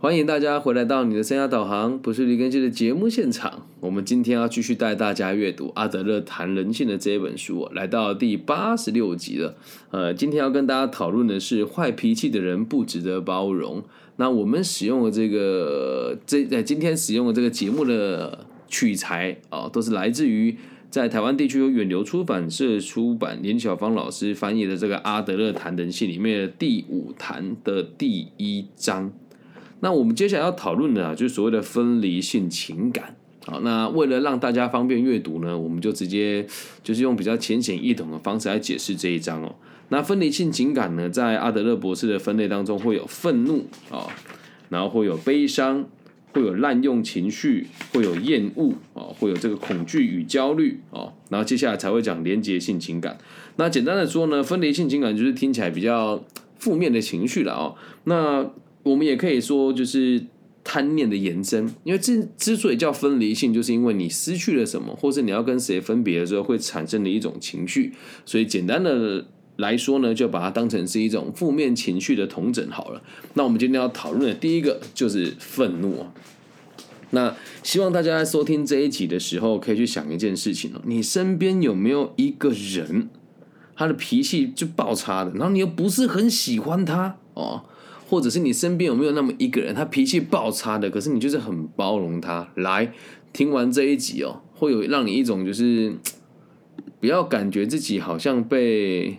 欢迎大家回来到你的生涯导航，不是李根熙的节目现场。我们今天要继续带大家阅读阿德勒谈人性的这一本书，来到第86集了。今天要跟大家讨论的是坏脾气的人不值得包容。那我们使用的今天使用的这个节目的取材都是来自于在台湾地区有远流出版社出版连小芳老师翻译的这个阿德勒谈人性里面的第5谈的第1章。那我们接下来要讨论的就是所谓的分离性情感。好，那为了让大家方便阅读呢，我们就直接就是用比较浅显易懂的方式来解释这一章哦。那分离性情感呢，在阿德勒博士的分类当中会有愤怒然后会有悲伤，会有滥用情绪，会有厌恶会有这个恐惧与焦虑然后接下来才会讲连结性情感。那简单的说呢，分离性情感就是听起来比较负面的情绪了那我们也可以说就是贪念的延伸，因为之所以叫分离性，就是因为你失去了什么，或是你要跟谁分别的时候会产生的一种情绪，所以简单的来说呢，就把它当成是一种负面情绪的统整好了。那我们今天要讨论的第一个就是愤怒那希望大家在收听这一集的时候，可以去想一件事情你身边有没有一个人，他的脾气就爆差的，然后你又不是很喜欢他或者是你身边有没有那么一个人，他脾气爆差的，可是你就是很包容他。来，听完这一集会有让你一种就是不要感觉自己好像被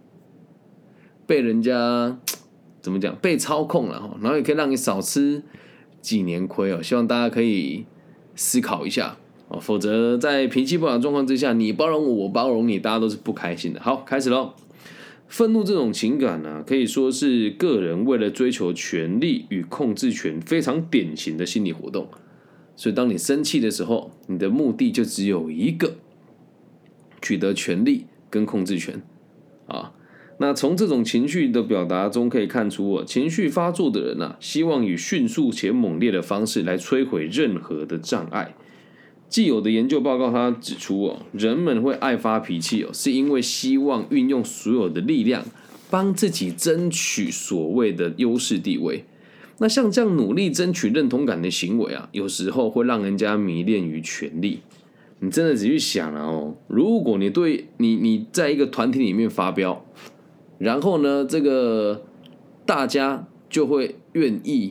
人家怎么讲被操控了然后也可以让你少吃几年亏希望大家可以思考一下否则在脾气不好的状况之下，你包容我，我包容你，大家都是不开心的。好，开始咯。愤怒这种情感可以说是个人为了追求权力与控制权非常典型的心理活动。所以当你生气的时候，你的目的就只有一个，取得权力跟控制权那从这种情绪的表达中可以看出情绪发作的人希望以迅速且猛烈的方式来摧毁任何的障碍。既有的研究报告它指出人们会爱发脾气是因为希望运用所有的力量帮自己争取所谓的优势地位。那像这样努力争取认同感的行为有时候会让人家迷恋于权力。你真的仔细想如果你在一个团体里面发飙，然后呢这个大家就会愿意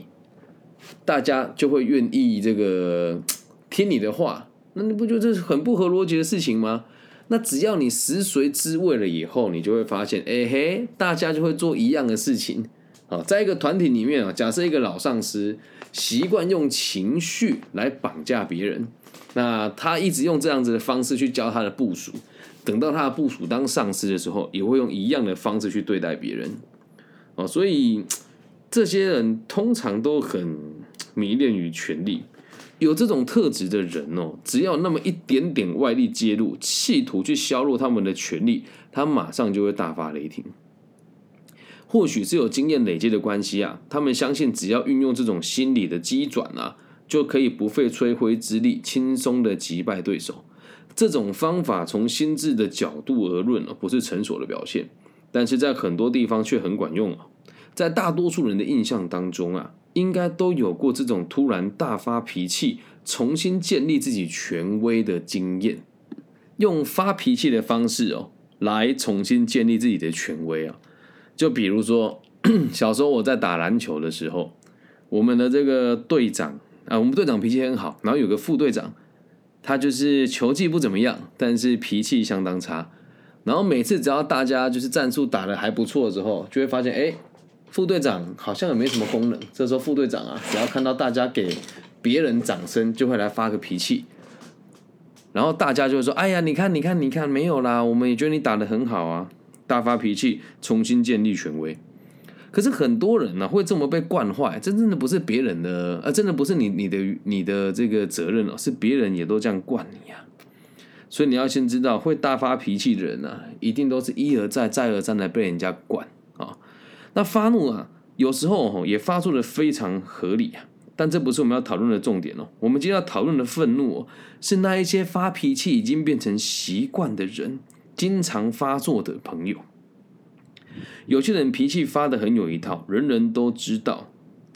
这个听你的话，那你不觉得这是很不合逻辑的事情吗？那只要你食髓知味了以后，你就会发现大家就会做一样的事情在一个团体里面假设一个老上司习惯用情绪来绑架别人，那他一直用这样子的方式去教他的部属，等到他的部属当上司的时候，也会用一样的方式去对待别人所以这些人通常都很迷恋于权力。有这种特质的人只要那么一点点外力介入，企图去削弱他们的权力，他马上就会大发雷霆。或许是有经验累积的关系他们相信只要运用这种心理的机转就可以不费吹灰之力轻松的击败对手。这种方法从心智的角度而论不是成熟的表现，但是在很多地方却很管用在大多数人的印象当中应该都有过这种突然大发脾气重新建立自己权威的经验。用发脾气的方式来重新建立自己的权威就比如说小时候我在打篮球的时候，我们的这个队长我们队长脾气很好，然后有个副队长，他就是球技不怎么样，但是脾气相当差。然后每次只要大家就是战术打得还不错之后，就会发现副队长好像也没什么功能。这时候副队长只要看到大家给别人掌声，就会来发个脾气，然后大家就会说哎呀你看没有啦，我们也觉得你打得很好大发脾气重新建立权威。可是很多人会这么被惯坏，这真的不是别人的真的不是你的这个责任是别人也都这样惯你所以你要先知道，会大发脾气的人一定都是一而再再而三的被人家惯那发怒有时候也发作的非常合理但这不是我们要讨论的重点我们今天要讨论的愤怒是那一些发脾气已经变成习惯的人经常发作的朋友。有些人脾气发得很有一套，人人都知道，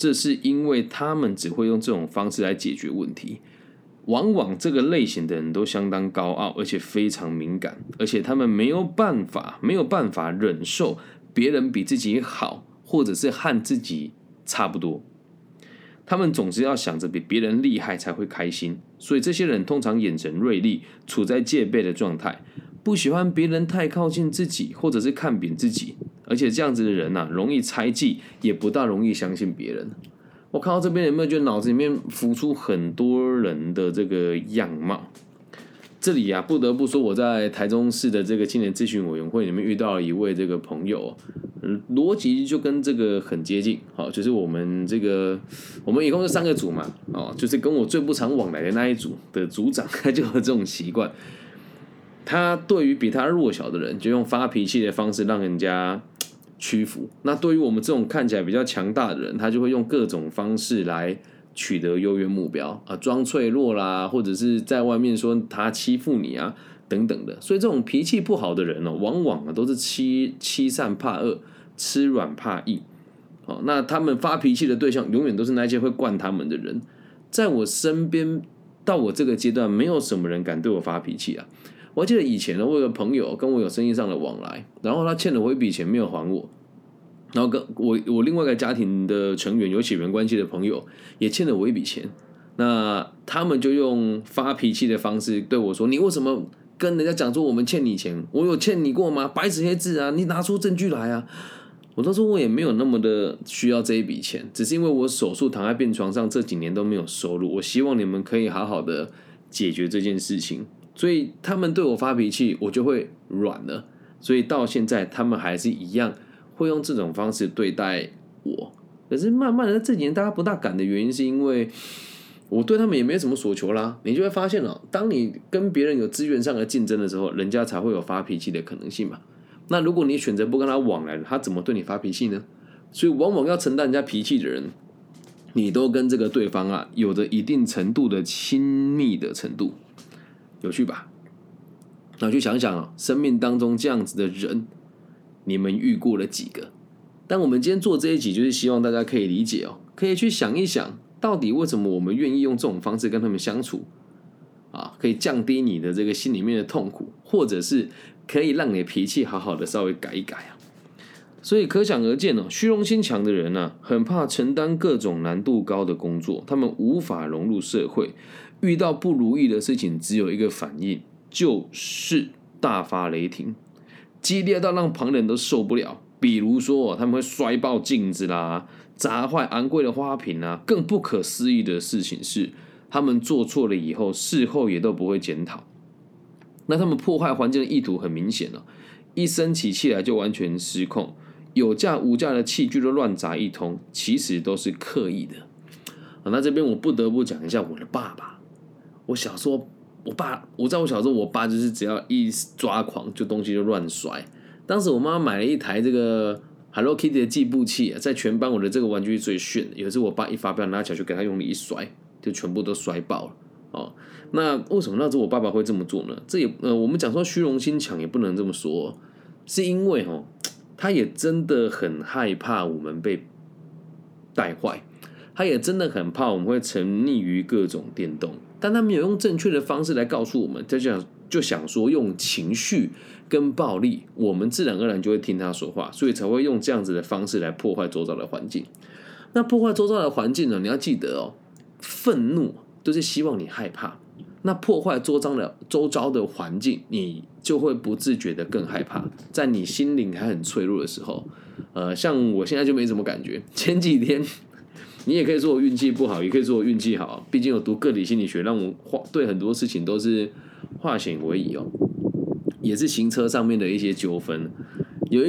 这是因为他们只会用这种方式来解决问题。往往这个类型的人都相当高傲，而且非常敏感，而且他们没有办法忍受别人比自己好，或者是和自己差不多。他们总是要想着比别人厉害才会开心，所以这些人通常眼神锐利，处在戒备的状态，不喜欢别人太靠近自己，或者是看扁自己。而且这样子的人容易猜忌，也不大容易相信别人。我看到这边有没有觉得脑子里面浮出很多人的这个样貌？这里不得不说，我在台中市的这个青年咨询委员会里面遇到了一位这个朋友，逻辑就跟这个很接近。就是我们一共是3个组嘛，就是跟我最不常往来的那一组的组长，他就有这种习惯。他对于比他弱小的人，就用发脾气的方式让人家屈服。那对于我们这种看起来比较强大的人，他就会用各种方式来取得优越目标装脆弱啦，或者是在外面说他欺负你等等的。所以这种脾气不好的人往往都是欺善怕恶，吃软怕硬。那他们发脾气的对象永远都是那些会惯他们的人。在我身边，到我这个阶段，没有什么人敢对我发脾气我记得以前我有个朋友跟我有生意上的往来，然后他欠了我一笔钱没有还我，然后跟我另外一个家庭的成员有血缘关系的朋友也欠了我一笔钱，那他们就用发脾气的方式对我说：“你为什么跟人家讲说我们欠你钱？我有欠你过吗？白纸黑字你拿出证据来我都说我也没有那么的需要这一笔钱，只是因为我手术躺在病床上这几年都没有收入，我希望你们可以好好的解决这件事情。所以他们对我发脾气，我就会软了。所以到现在，他们还是一样会用这种方式对待我。可是慢慢的这几年大家不大敢的原因，是因为我对他们也没什么所求啦。你就会发现当你跟别人有资源上的竞争的时候，人家才会有发脾气的可能性嘛。那如果你选择不跟他往来了，他怎么对你发脾气呢？所以往往要承担人家脾气的人，你都跟这个对方有着一定程度的亲密的程度。有趣吧？那去想想生命当中这样子的人，你们遇过了几个？但我们今天做这一集，就是希望大家可以理解可以去想一想，到底为什么我们愿意用这种方式跟他们相处可以降低你的这个心里面的痛苦，或者是可以让你的脾气好好的稍微改一改所以可想而知虚荣心强的人很怕承担各种难度高的工作，他们无法融入社会，遇到不如意的事情只有一个反应，就是大发雷霆，激烈到让旁人都受不了。比如说他们会摔爆镜子啦，砸坏昂贵的花瓶更不可思议的事情是，他们做错了以后，事后也都不会检讨。那他们破坏环境的意图很明显一生起气来就完全失控，有价无价的器具都乱砸一通，其实都是刻意的那这边我不得不讲一下我的爸爸。我小时候，我在我小时候，我爸就是只要一抓狂，就东西就乱摔。当时我妈买了一台这个 Hello Kitty 的计步器在全班我的这个玩具最炫的。有一次我爸一发飙，拿起来就给他用力一摔，就全部都摔爆了那为什么那时候我爸爸会这么做呢？这也我们讲说虚荣心强也不能这么说是因为他也真的很害怕我们被带坏，他也真的很怕我们会沉溺于各种电动，但他没有用正确的方式来告诉我们，就想说用情绪跟暴力，我们自然而然就会听他说话，所以才会用这样子的方式来破坏周遭的环境。那破坏周遭的环境呢？你要记得愤怒都是希望你害怕，那破坏周遭的环境，你就会不自觉的更害怕。在你心灵还很脆弱的时候，像我现在就没什么感觉。前几天你也可以说我运气不好，也可以说我运气好，毕竟有读个体心理学，让我对很多事情都是化险为夷也是行车上面的一些纠纷。有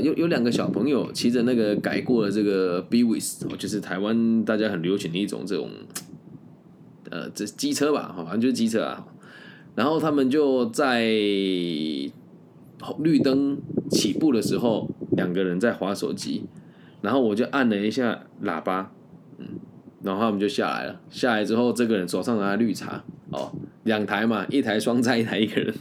2个小朋友骑着那个改过的这个 BWS， 就是台湾大家很流行的一种这种这机车吧，反正就是机车然后他们就在绿灯起步的时候，2个人在滑手机，然后我就按了一下喇叭，然后他们就下来了。下来之后，这个人手上拿绿茶2台嘛，1台双载，1台一个人。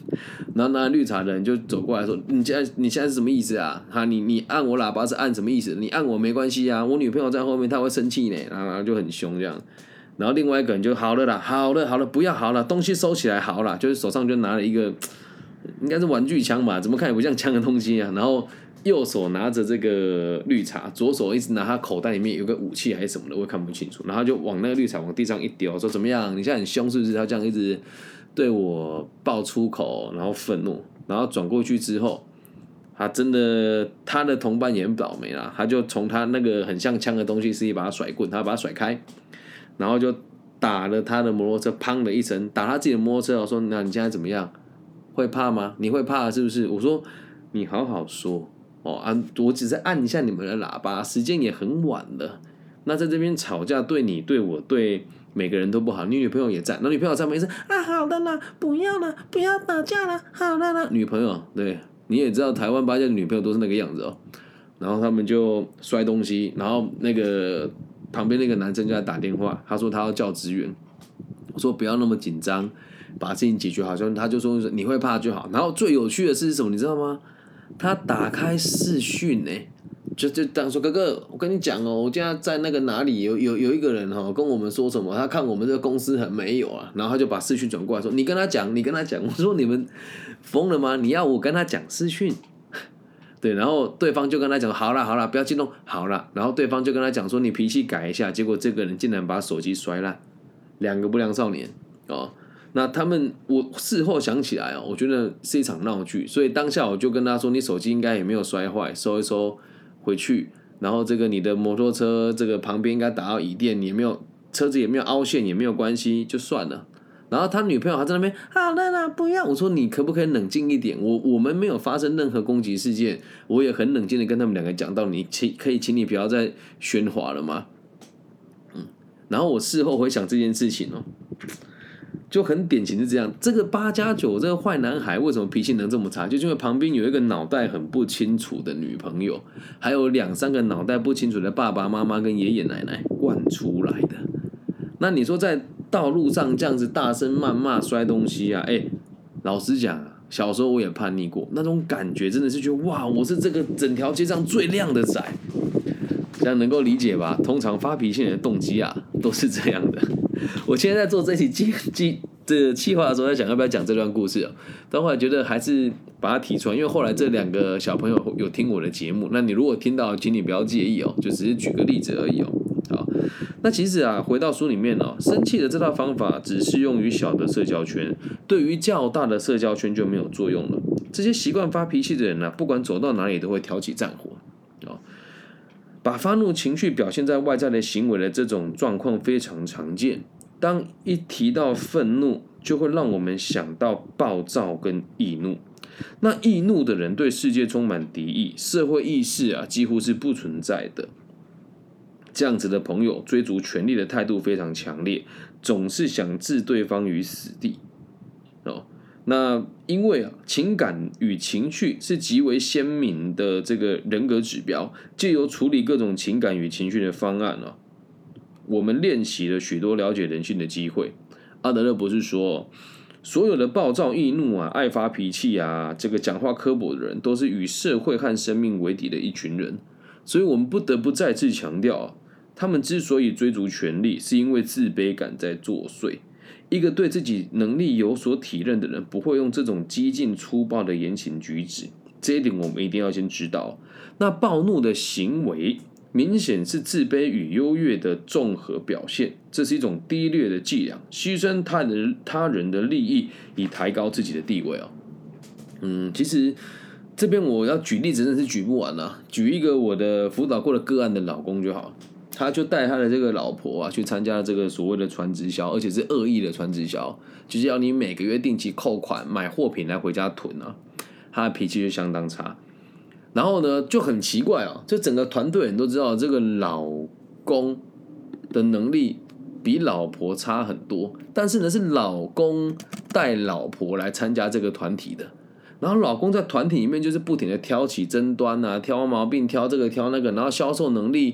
然后拿绿茶的人就走过来说：“你现在是什么意思啊？哈，你按我喇叭是按什么意思？你按我没关系啊，我女朋友在后面，她会生气呢。”然后就很凶这样。然后另外一个人就好了啦，好了，不要好了，东西收起来好了，就是手上就拿了一个应该是玩具枪吧，怎么看也不像枪的东西啊。然后右手拿着这个绿茶，左手一直拿他口袋里面有个武器还是什么的，我也看不清楚。然后就往那个绿茶往地上一丢，说怎么样？你现在很凶是不是？他这样一直对我爆粗口，然后愤怒，然后转过去之后，他真的他的同伴也很倒霉啦，他就从他那个很像枪的东西是一把甩棍，他把它甩开，然后就打了他的摩托车，砰的一声，打他自己的摩托车。我说：“那你现在怎么样？会怕吗？你会怕是不是？”我说：“你好好说。”我只是按一下你们的喇叭，时间也很晚了。那在这边吵架，对你、对我、对每个人都不好。你女朋友也在，那女朋友在没事啊，好的啦，不要啦，不要打架啦，好的啦。女朋友，对，你也知道台湾8家的女朋友都是那个样子哦。然后他们就摔东西，然后那个旁边那个男生就在打电话，他说他要叫支援。我说不要那么紧张，把事情解决好。他就说你会怕就好。然后最有趣的是什么，你知道吗？他打开视讯就当说哥哥，我跟你讲哦，我现在在那个哪里有一个人跟我们说什么，他看我们这个公司很没有啊，然后他就把视讯转过来说你跟他讲。我说你们疯了吗？你要我跟他讲视讯？对，然后对方就跟他讲好啦，不要激动，好啦。然后对方就跟他讲说你脾气改一下，结果这个人竟然把手机摔烂，2个不良少年哦。那我事后想起来我觉得是一场闹剧，所以当下我就跟他说，你手机应该也没有摔坏，收一收回去，然后这个你的摩托车这个旁边应该打到椅垫，也没有车子也没有凹陷，也没有关系，就算了。然后他女朋友还在那边好了啦，不要。我说你可不可以冷静一点？我们没有发生任何攻击事件，我也很冷静的跟他们2个讲到，你可以请你不要再喧哗了吗？然后我事后回想这件事情就很典型是这样，这个8+9这个坏男孩为什么脾气能这么差？就是因为旁边有一个脑袋很不清楚的女朋友，还有2、3个脑袋不清楚的爸爸妈妈跟爷爷奶奶惯出来的。那你说在道路上这样子大声谩骂摔东西啊，老实讲小时候我也叛逆过，那种感觉真的是觉得哇，我是这个整条街上最靓的仔，这样能够理解吧？通常发脾气的动机都是这样的。我现在在做这期这个企划的时候，在想要不要讲这段故事但后来觉得还是把它提出来，因为后来这2个小朋友有听我的节目，那你如果听到，请你不要介意就只是举个例子而已好，那其实回到书里面生气的这套方法只适用于小的社交圈，对于较大的社交圈就没有作用了。这些习惯发脾气的人不管走到哪里都会挑起战火把发怒情绪表现在外在的行为的这种状况非常常见。当一提到愤怒，就会让我们想到暴躁跟易怒。那易怒的人对世界充满敌意，社会意识几乎是不存在的。这样子的朋友追逐权力的态度非常强烈，总是想置对方于死地那因为情感与情绪是极为鲜明的这个人格指标，藉由处理各种情感与情绪的方案我们练习了许多了解人性的机会。阿德勒博士说，所有的暴躁易怒爱发脾气这个讲话刻薄的人，都是与社会和生命为敌的一群人。所以我们不得不再次强调他们之所以追逐权力，是因为自卑感在作祟。一个对自己能力有所体认的人，不会用这种激进粗暴的言行举止，这一点我们一定要先知道。那暴怒的行为明显是自卑与优越的综合表现，这是一种低劣的伎俩，牺牲他人的利益以抬高自己的地位其实这边我要举例子真的是举不完举一个我的辅导过的个案的老公就好。他就带他的这个老婆去参加这个所谓的传直销，而且是恶意的传直销，就是要你每个月定期扣款买货品来回家囤他的脾气就相当差。然后呢就很奇怪就整个团队人都知道这个老公的能力比老婆差很多，但是呢是老公带老婆来参加这个团体的，然后老公在团体里面就是不停的挑起争端挑毛病，挑这个挑那个，然后销售能力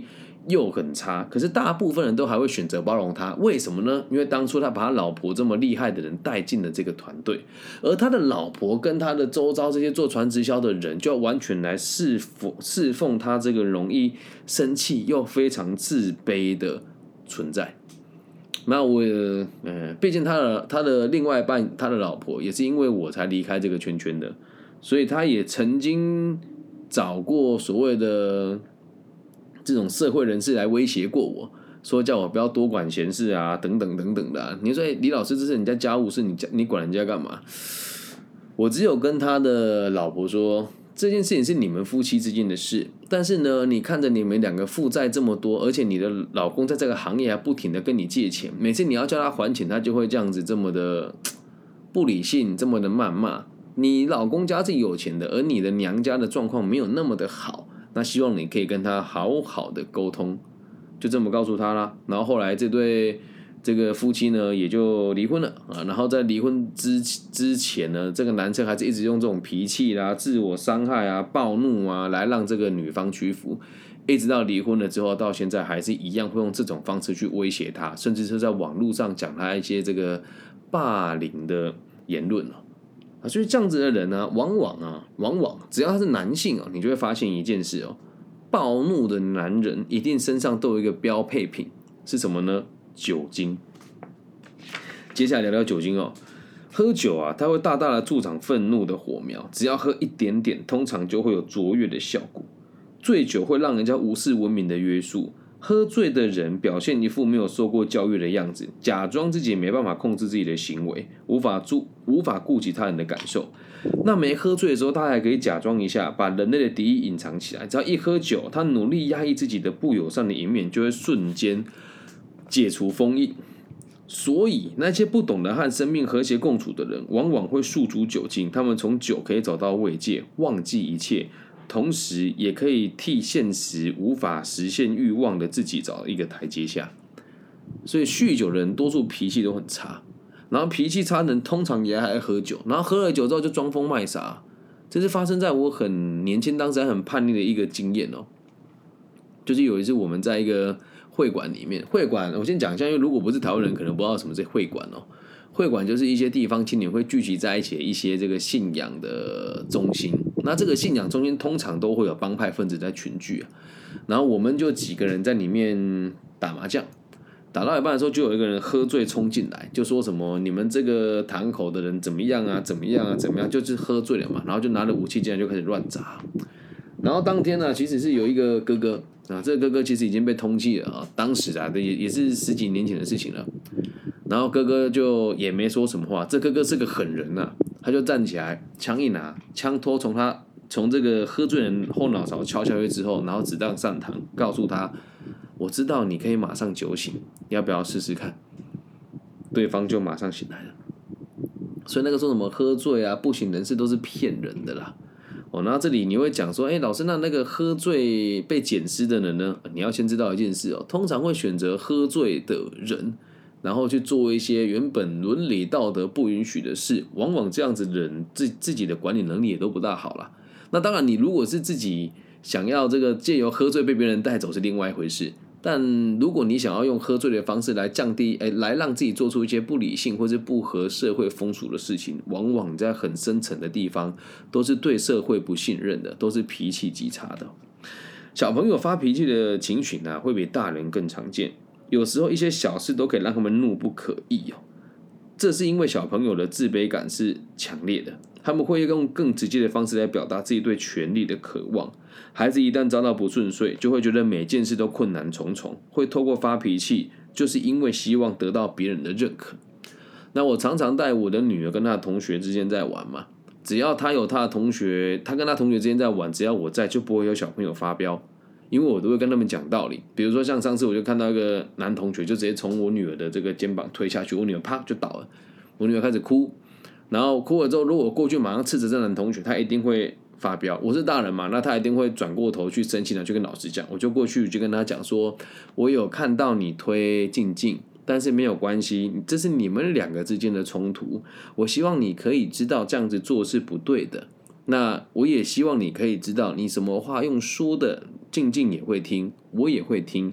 又很差，可是大部分人都还会选择包容他，为什么呢？因为当初他把他老婆这么厉害的人带进了这个团队，而他的老婆跟他的周遭这些做传直销的人，就要完全来侍奉他这个容易生气又非常自卑的存在。那我毕竟他的另外一半，他的老婆也是因为我才离开这个圈圈的，所以他也曾经找过所谓的这种社会人士来威胁过我，说叫我不要多管闲事啊，等等等等的啊。你说，李老师，这是人家家务事，你管人家干嘛？我只有跟他的老婆说，这件事情是你们夫妻之间的事，但是呢，你看着你们两个负债这么多，而且你的老公在这个行业还不停的跟你借钱，每次你要叫他还钱，他就会这样子这么的不理性，这么的谩骂。你老公家是有钱的，而你的娘家的状况没有那么的好，那希望你可以跟他好好的沟通，就这么告诉他啦。然后后来这个夫妻呢也就离婚了啊。然后在离婚之前呢，这个男生还是一直用这种脾气啦、自我伤害啊、暴怒啊来让这个女方屈服，一直到离婚了之后，到现在还是一样会用这种方式去威胁他，甚至是在网络上讲他一些这个霸凌的言论啊。所以这样子的人呢，往往只要他是男性你就会发现一件事暴怒的男人一定身上都有一个标配品，是什么呢？酒精。接下来聊聊酒精喝酒它会大大的助长愤怒的火苗，只要喝一点点，通常就会有卓越的效果。醉酒会让人家无视文明的约束，喝醉的人表现一副没有受过教育的样子，假装自己没办法控制自己的行为，无法顾及他人的感受。那没喝醉的时候，他还可以假装一下，把人类的敌意隐藏起来。只要一喝酒，他努力压抑自己的不友善的一面，就会瞬间解除封印。所以那些不懂得和生命和谐共处的人，往往会诉诸酒精。他们从酒可以找到慰藉，忘记一切，同时也可以替现实无法实现欲望的自己找一个台阶下。所以酗酒的人多数脾气都很差，然后脾气差的人通常也还喝酒，然后喝了酒之后就装疯卖傻。这是发生在我很年轻，当时还很叛逆的一个经验就是有一次我们在一个会馆里面，会馆我先讲一下，因为如果不是台湾人，可能不知道什么是会馆会馆就是一些地方青年会聚集在一起的一些这个信仰的中心。那这个信仰中心通常都会有帮派分子在群聚然后我们就几个人在里面打麻将，打到一半的时候，就有一个人喝醉冲进来，就说什么你们这个堂口的人怎么样啊，怎么样啊，怎么样，就是喝醉了嘛，然后就拿了武器进来就开始乱砸。然后当天呢，其实是有一个哥哥这个哥哥其实已经被通缉了当时也是10几年前的事情了。然后哥哥就也没说什么话，这哥哥是个狠人他就站起来，枪一拿，枪托从这个喝醉人后脑勺敲下去之后，然后子弹上膛，告诉他，我知道你可以马上酒醒，要不要试试看？对方就马上醒来了。所以那个说什么喝醉不省人事都是骗人的啦。那这里你会讲说，老师，那个喝醉被捡尸的人呢？你要先知道一件事通常会选择喝醉的人，然后去做一些原本伦理道德不允许的事，往往这样子的人自己的管理能力也都不大好啦。那当然，你如果是自己想要这个借由喝醉被别人带走是另外一回事。但如果你想要用喝醉的方式来降低，来让自己做出一些不理性或是不合社会风俗的事情，往往在很深层的地方都是对社会不信任的，都是脾气极差的。小朋友发脾气的情形会比大人更常见，有时候一些小事都可以让他们怒不可遏这是因为小朋友的自卑感是强烈的，他们会用更直接的方式来表达自己对权力的渴望。孩子一旦遭到不顺遂，就会觉得每件事都困难重重，会透过发脾气，就是因为希望得到别人的认可。那我常常带我的女儿跟她的同学之间在玩嘛，只要她有她的同学，她跟她同学之间在玩，只要我在，就不会有小朋友发飙，因为我都会跟他们讲道理。比如说像上次我就看到一个男同学就直接从我女儿的这个肩膀推下去，我女儿啪就倒了，我女儿开始哭，然后哭了之后，如果我过去马上斥责这男同学，他一定会发飙。我是大人嘛，那他一定会转过头去生气，去跟老师讲。我就过去就跟他讲说，我有看到你推静静，但是没有关系，这是你们两个之间的冲突。我希望你可以知道这样子做是不对的。那我也希望你可以知道，你什么话用说的，静静也会听，我也会听。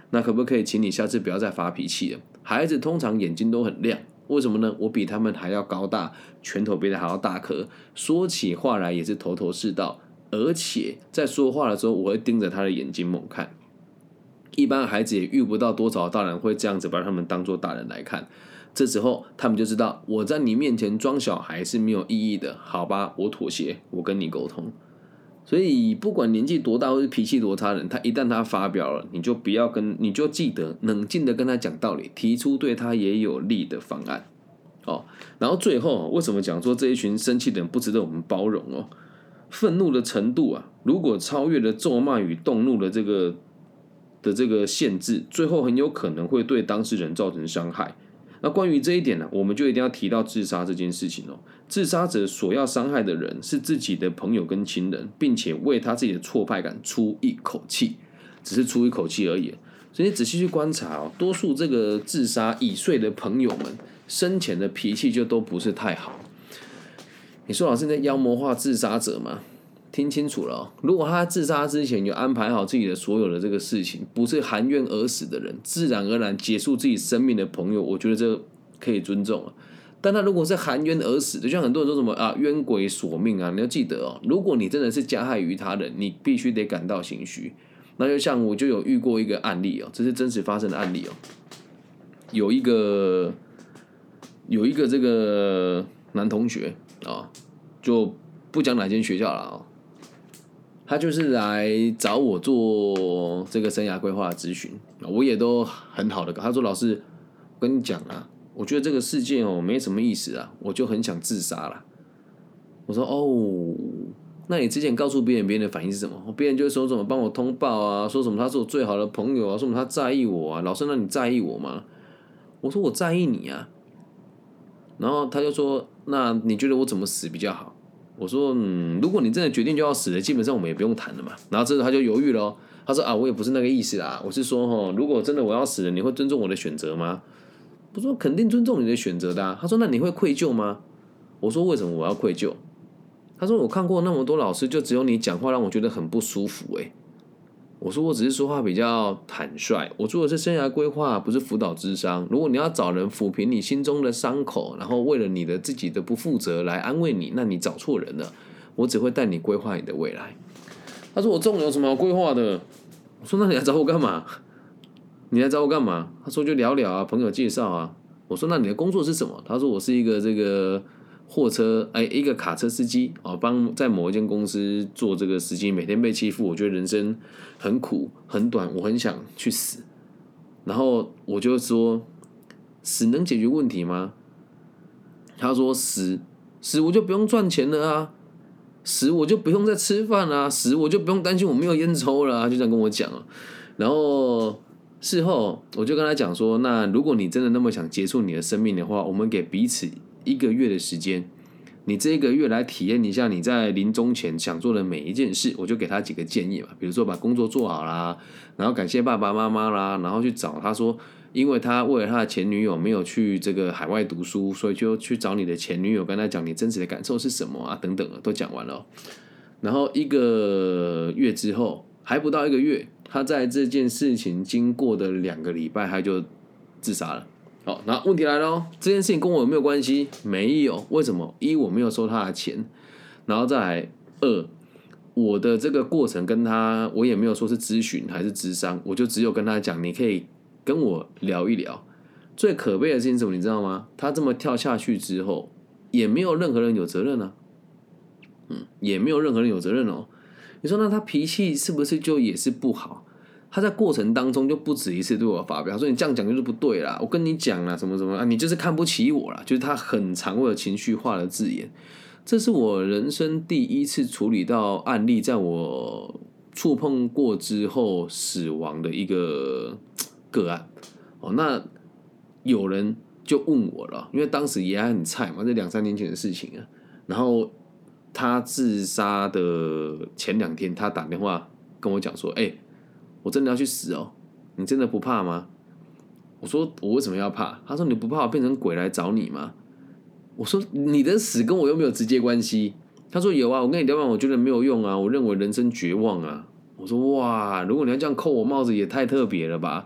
那可不可以请你下次不要再发脾气了？孩子通常眼睛都很亮，为什么呢？我比他们还要高大，拳头比他还要大颗，说起话来也是头头是道，而且在说话的时候，我会盯着他的眼睛猛看。一般孩子也遇不到多少大人会这样子把他们当作大人来看，这时候他们就知道我在你面前装小孩是没有意义的，好吧，我妥协，我跟你沟通。所以不管年纪多大或是脾气多差的人，一旦他发表了，你就记得冷静的跟他讲道理，提出对他也有利的方案。然后最后为什么讲说这一群生气的人不值得我们包容哦？愤怒的程度啊，如果超越了咒骂与动怒的这个限制，最后很有可能会对当事人造成伤害。那关于这一点呢，我们就一定要提到自杀这件事情哦。自杀者所要伤害的人是自己的朋友跟亲人，并且为他自己的挫败感出一口气，只是出一口气而已。所以你仔细去观察哦，多数这个自杀已睡的朋友们，生前的脾气就都不是太好。你说老师在妖魔化自杀者吗？听清楚了哦，如果他自杀之前有安排好自己的所有的这个事情，不是含冤而死的人，自然而然结束自己生命的朋友，我觉得这可以尊重啊。但他如果是含冤而死的，就像很多人说什么啊冤鬼索命啊，你要记得哦，如果你真的是加害于他人，你必须得感到心虚。那就像我就有遇过一个案例哦，这是真实发生的案例哦，有一个这个男同学啊，就不讲哪间学校了啊。他就是来找我做这个生涯规划的咨询，我也都很好的。他说：“老师，我跟你讲啊，我觉得这个世界没什么意思啊，我就很想自杀了。”我说：“哦，那你之前告诉别人，别人的反应是什么？别人就会说什么帮我通报啊，说什么他是我最好的朋友啊，说什么他在意我啊。老师，那你在意我吗？”我说：“我在意你啊。”然后他就说：“那你觉得我怎么死比较好？”我说如果你真的决定就要死了，基本上我们也不用谈了嘛。然后这时候他就犹豫了他说我也不是那个意思啦，我是说如果真的我要死了，你会尊重我的选择吗？我说肯定尊重你的选择的啊。他说那你会愧疚吗？我说为什么我要愧疚？他说我看过那么多老师，就只有你讲话让我觉得很不舒服我说我只是说话比较坦率，我做的是生涯规划，不是辅导諮商。如果你要找人抚平你心中的伤口，然后为了你的自己的不负责来安慰你，那你找错人了。我只会带你规划你的未来。他说我这种有什么好规划的？我说那你来找我干嘛？你来找我干嘛？他说就聊聊啊，朋友介绍啊。我说那你的工作是什么？他说我是一个这个货车一个卡车司机帮在某一间公司做这个司机，每天被欺负，我觉得人生很苦很短，我很想去死。然后我就说死能解决问题吗？他说死我就不用赚钱了啊，死我就不用再吃饭啊，死我就不用担心我没有烟抽了啊，就这样跟我讲然后事后我就跟他讲说，那如果你真的那么想结束你的生命的话，我们给彼此1个月的时间，你这1个月来体验一下你在临终前想做的每一件事。我就给他几个建议嘛，比如说把工作做好啦，然后感谢爸爸妈妈啦，然后去找他说，因为他为了他的前女友没有去这个海外读书，所以就去找你的前女友，跟他讲你真实的感受是什么啊，等等都讲完了然后1个月之后，还不到1个月，他在这件事情经过的2个礼拜，他就自杀了。好，那问题来了这件事情跟我有没有关系？没有。为什么？1我没有收他的钱，然后再来2我的这个过程跟他，我也没有说是咨询还是諮商，我就只有跟他讲，你可以跟我聊一聊。最可悲的事情是什么？你知道吗？他这么跳下去之后，也没有任何人有责任啊。也没有任何人有责任你说那他脾气是不是就也是不好？他在过程当中就不止一次对我发表，他说你这样讲就是不对啦，我跟你讲啦，什么什么你就是看不起我啦，就是他很常会有情绪化的字眼。这是我人生第1次处理到案例，在我触碰过之后死亡的一个个案那有人就问我了，因为当时也还很菜嘛，这2-3年前的事情然后他自杀的前2天，他打电话跟我讲说：“我真的要去死你真的不怕吗？”我说：“我为什么要怕？”他说：“你不怕我变成鬼来找你吗？”我说：“你的死跟我又没有直接关系。”他说：“有啊，我跟你聊完，我觉得没有用啊，我认为人生绝望啊。”我说：“哇，如果你要这样扣我帽子，也太特别了吧？”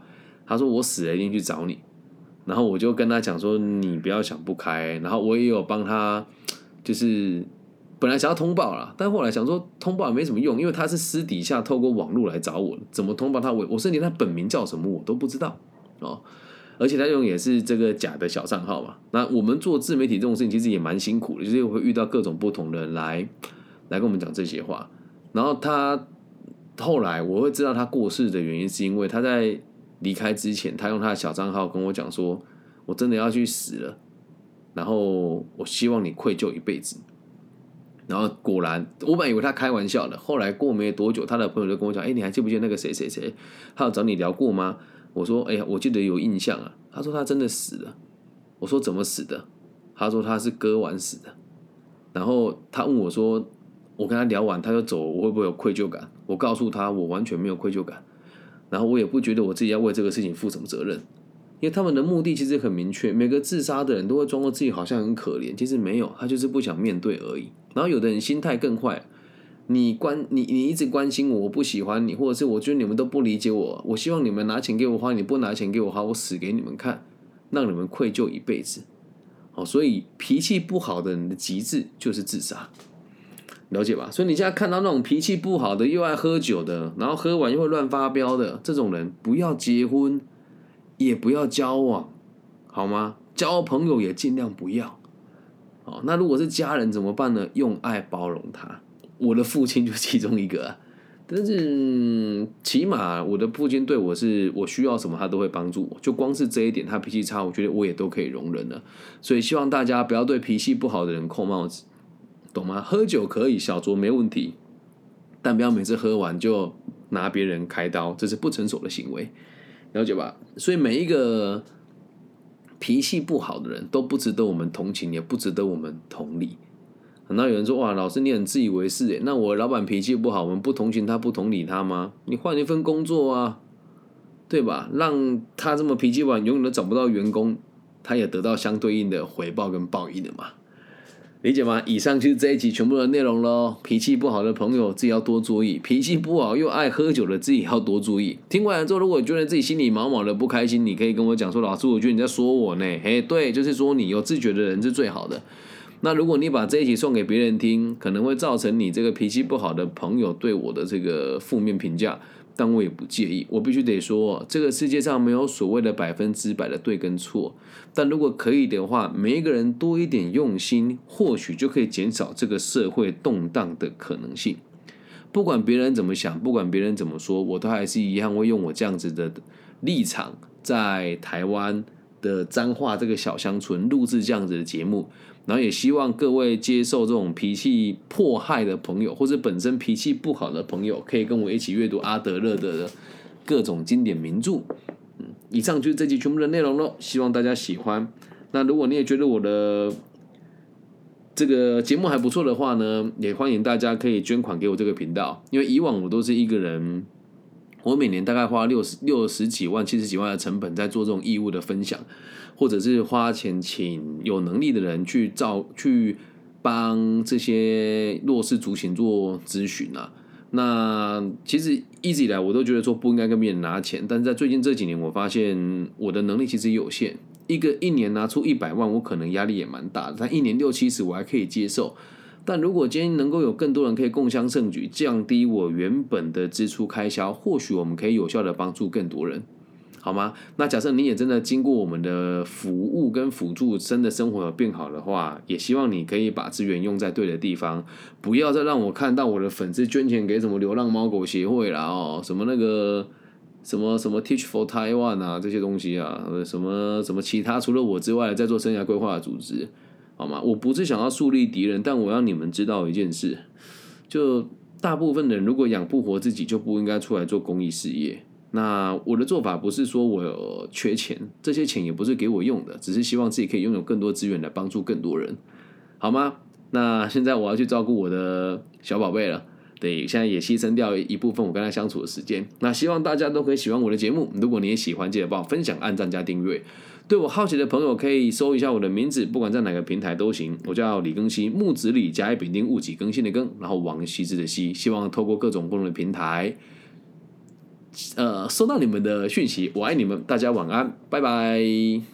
他说我死了一定去找你。然后我就跟他讲说你不要想不开，然后我也有帮他，就是本来想要通报啦，但后来想说通报也没什么用，因为他是私底下透过网络来找我，怎么通报他我甚至连他本名叫什么我都不知道哦。而且他用也是这个假的小账号嘛。那我们做自媒体这种事情其实也蛮辛苦的，就是会遇到各种不同的人来跟我们讲这些话。然后他后来我会知道他过世的原因，是因为他在离开之前，他用他的小账号跟我讲说，我真的要去死了，然后我希望你愧疚一辈子。然后果然，我本来以为他开玩笑的，后来过没多久，他的朋友就跟我讲，你还记不记得那个谁谁谁，他有找你聊过吗？我说，我记得有印象啊。他说他真的死了。我说怎么死的？他说他是割腕死的。然后他问我说，我跟他聊完他就走，我会不会有愧疚感？我告诉他，我完全没有愧疚感。然后我也不觉得我自己要为这个事情负什么责任，因为他们的目的其实很明确，每个自杀的人都会装作自己好像很可怜，其实没有，他就是不想面对而已。然后有的人心态更坏，你一直关心我，我不喜欢你，或者是我觉得你们都不理解我，我希望你们拿钱给我花，你不拿钱给我花，我死给你们看，让你们愧疚一辈子。所以脾气不好的人的极致就是自杀。了解吧？所以你现在看到那种脾气不好的，又爱喝酒的，然后喝完又会乱发飙的这种人，不要结婚，也不要交往，好吗？交朋友也尽量不要。那如果是家人怎么办呢？用爱包容他。我的父亲就其中一个但是起码我的父亲对我是，我需要什么他都会帮助我，就光是这一点，他脾气差，我觉得我也都可以容忍了。所以希望大家不要对脾气不好的人扣帽子。懂吗？喝酒可以小酌没问题，但不要每次喝完就拿别人开刀，这是不成熟的行为，了解吧？所以每一个脾气不好的人都不值得我们同情，也不值得我们同理。那有人说，哇，老师你很自以为是耶，那我老板脾气不好，我们不同情他不同理他吗？你换一份工作啊，对吧？让他这么脾气不好，永远都找不到员工，他也得到相对应的回报跟报应的嘛。理解吗？以上就是这一集全部的内容咯。脾气不好的朋友自己要多注意，脾气不好又爱喝酒的自己要多注意。听完了之后，如果觉得自己心里毛毛的不开心，你可以跟我讲说，老师我觉得你在说我呢。对，就是说你有自觉的人是最好的。那如果你把这一集送给别人听，可能会造成你这个脾气不好的朋友对我的这个负面评价，但我也不介意。我必须得说，这个世界上没有所谓的100%的对跟错，但如果可以的话，每一个人多一点用心，或许就可以减少这个社会动荡的可能性。不管别人怎么想，不管别人怎么说，我都还是一样会用我这样子的立场，在台湾的彰化这个小乡村录制这样子的节目。然后也希望各位接受这种脾气迫害的朋友，或者本身脾气不好的朋友，可以跟我一起阅读阿德勒的各种经典名著。以上就是这集全部的内容咯，希望大家喜欢。那如果你也觉得我的这个节目还不错的话呢，也欢迎大家可以捐款给我这个频道，因为以往我都是一个人，我每年大概花60几万、70几万的成本在做这种义务的分享，或者是花钱请有能力的人去帮这些弱势族群做咨询啊。那其实一直以来我都觉得说不应该跟别人拿钱，但是在最近这几年，我发现我的能力其实有限。一年拿出100万，我可能压力也蛮大的，但一年60-70我还可以接受。但如果今天能够有更多人可以共襄盛举，降低我原本的支出开销，或许我们可以有效的帮助更多人，好吗？那假设你也真的经过我们的服务跟辅助，真的生活有变好的话，也希望你可以把资源用在对的地方，不要再让我看到我的粉丝捐钱给什么流浪猫狗协会啦，什么那个什么 Teach for Taiwan 啊，这些东西啊，什么其他除了我之外在做生涯规划的组织，好吗？我不是想要树立敌人，但我要你们知道一件事，就大部分人如果养不活自己，就不应该出来做公益事业。那我的做法不是说我有缺钱，这些钱也不是给我用的，只是希望自己可以拥有更多资源来帮助更多人，好吗？那现在我要去照顾我的小宝贝了，对，现在也牺牲掉一部分我跟他相处的时间。那希望大家都可以喜欢我的节目，如果你也喜欢，记得帮我分享、按赞加订阅。对我好奇的朋友可以搜一下我的名字，不管在哪个平台都行。我叫李更新，木子李甲乙丙丁戊己更新的更，然后王羲之的羲。希望透过各种不同的平台， 收到你们的讯息，我爱你们，大家晚安，拜拜。